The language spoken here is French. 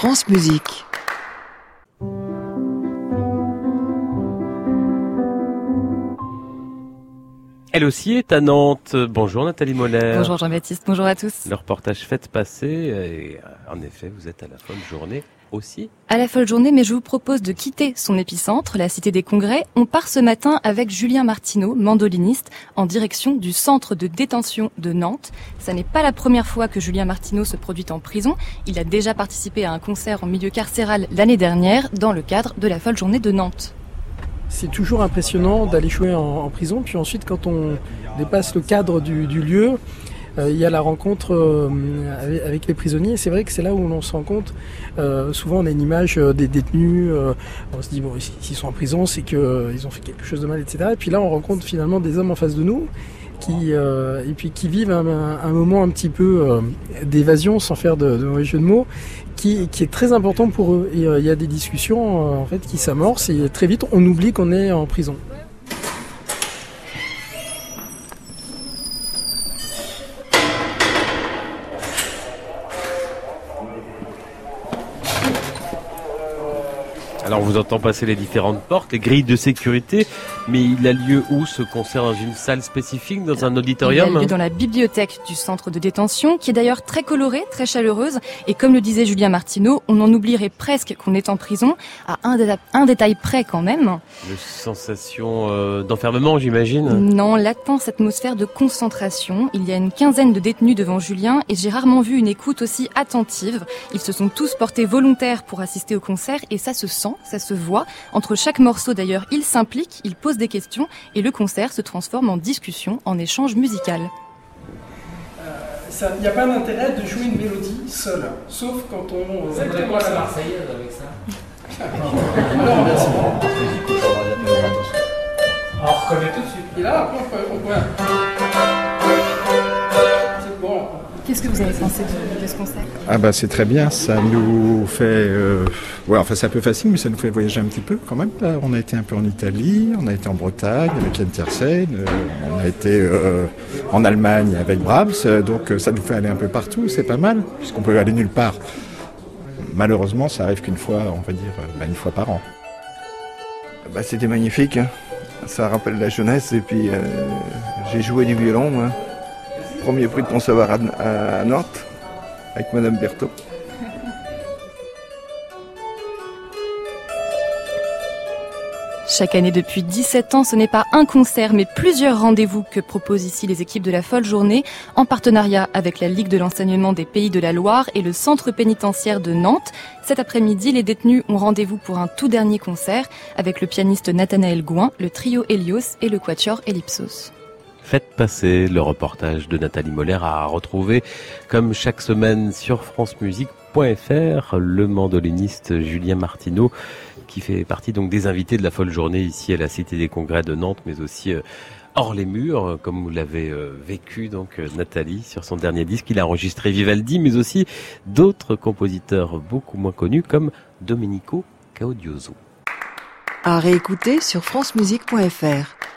France Musique. Elle aussi est à Nantes. Bonjour Nathalie Moller. Bonjour Jean-Baptiste, bonjour à tous. Le reportage Fête passée, et en effet, vous êtes à la folle journée aussi. À la folle journée, mais je vous propose de quitter son épicentre, la Cité des Congrès. On part ce matin avec Julien Martineau, mandoliniste, en direction du centre de détention de Nantes. Ça n'est pas la première fois que Julien Martineau se produit en prison. Il a déjà participé à un concert en milieu carcéral l'année dernière, dans le cadre de la folle journée de Nantes. C'est toujours impressionnant d'aller jouer en prison. Puis ensuite, quand on dépasse le cadre du lieu, il y a la rencontre avec les prisonniers. C'est vrai que c'est là où l'on se rend compte. Souvent, on a une image des détenus. On se dit, bon, s'ils sont en prison, c'est qu'ils ont fait quelque chose de mal, etc. Et puis là, on rencontre finalement des hommes en face de nous qui vivent un moment un petit peu d'évasion, sans faire de mauvais jeu de mots, qui est très important pour eux. Et il y a des discussions en fait qui s'amorcent et très vite on oublie qu'on est en prison. Alors on vous entend passer les différentes portes, les grilles de sécurité, mais il a lieu où ce concert? Dans une salle spécifique, dans un auditorium? Il a lieu dans la bibliothèque du centre de détention, qui est d'ailleurs très colorée, très chaleureuse. Et comme le disait Julien Martineau, on en oublierait presque qu'on est en prison, à un détail près quand même. Une sensation d'enfermement, j'imagine? Non, l'intense atmosphère de concentration. Il y a une quinzaine de détenus devant Julien et j'ai rarement vu une écoute aussi attentive. Ils se sont tous portés volontaires pour assister au concert et ça se sent. Ça se voit. Entre chaque morceau d'ailleurs, il s'implique, il pose des questions et le concert se transforme en discussion, en échange musical. Il n'y a pas d'intérêt de jouer une mélodie seule, sauf quand on... Vous voudrait quoi la Marseillaise avec ça? Alors, merci. On reconnaît tout de suite. Et là, après, on peut... C'est bon. Qu'est-ce que vous avez pensé de ce concert? Ah bah c'est très bien, ça nous fait... c'est un peu facile, mais ça nous fait voyager un petit peu quand même. Là, on a été un peu en Italie, on a été en Bretagne avec Yann Tiersen, on a été en Allemagne avec Brahms, donc ça nous fait aller un peu partout, c'est pas mal, puisqu'on peut aller nulle part. Malheureusement, ça arrive qu'une fois, on va dire, une fois par an. C'était magnifique, hein. Ça rappelle la jeunesse, et puis j'ai joué du violon, moi. Premier prix de conservatoire à Nantes, avec Madame Berthaud. Chaque année depuis 17 ans, ce n'est pas un concert, mais plusieurs rendez-vous que proposent ici les équipes de la Folle Journée, en partenariat avec la Ligue de l'enseignement des Pays de la Loire et le centre pénitentiaire de Nantes. Cet après-midi, les détenus ont rendez-vous pour un tout dernier concert avec le pianiste Nathanaël Gouin, le trio Hélios et le quatuor Ellipsos. Faites passer le reportage de Nathalie Moller à retrouver comme chaque semaine sur francemusique.fr, le mandoliniste Julien Martineau qui fait partie donc des invités de la folle journée ici à la Cité des Congrès de Nantes, mais aussi hors les murs, comme vous l'avez vécu donc Nathalie sur son dernier disque. Il a enregistré Vivaldi, mais aussi d'autres compositeurs beaucoup moins connus comme Domenico Gaudioso. À réécouter sur francemusique.fr.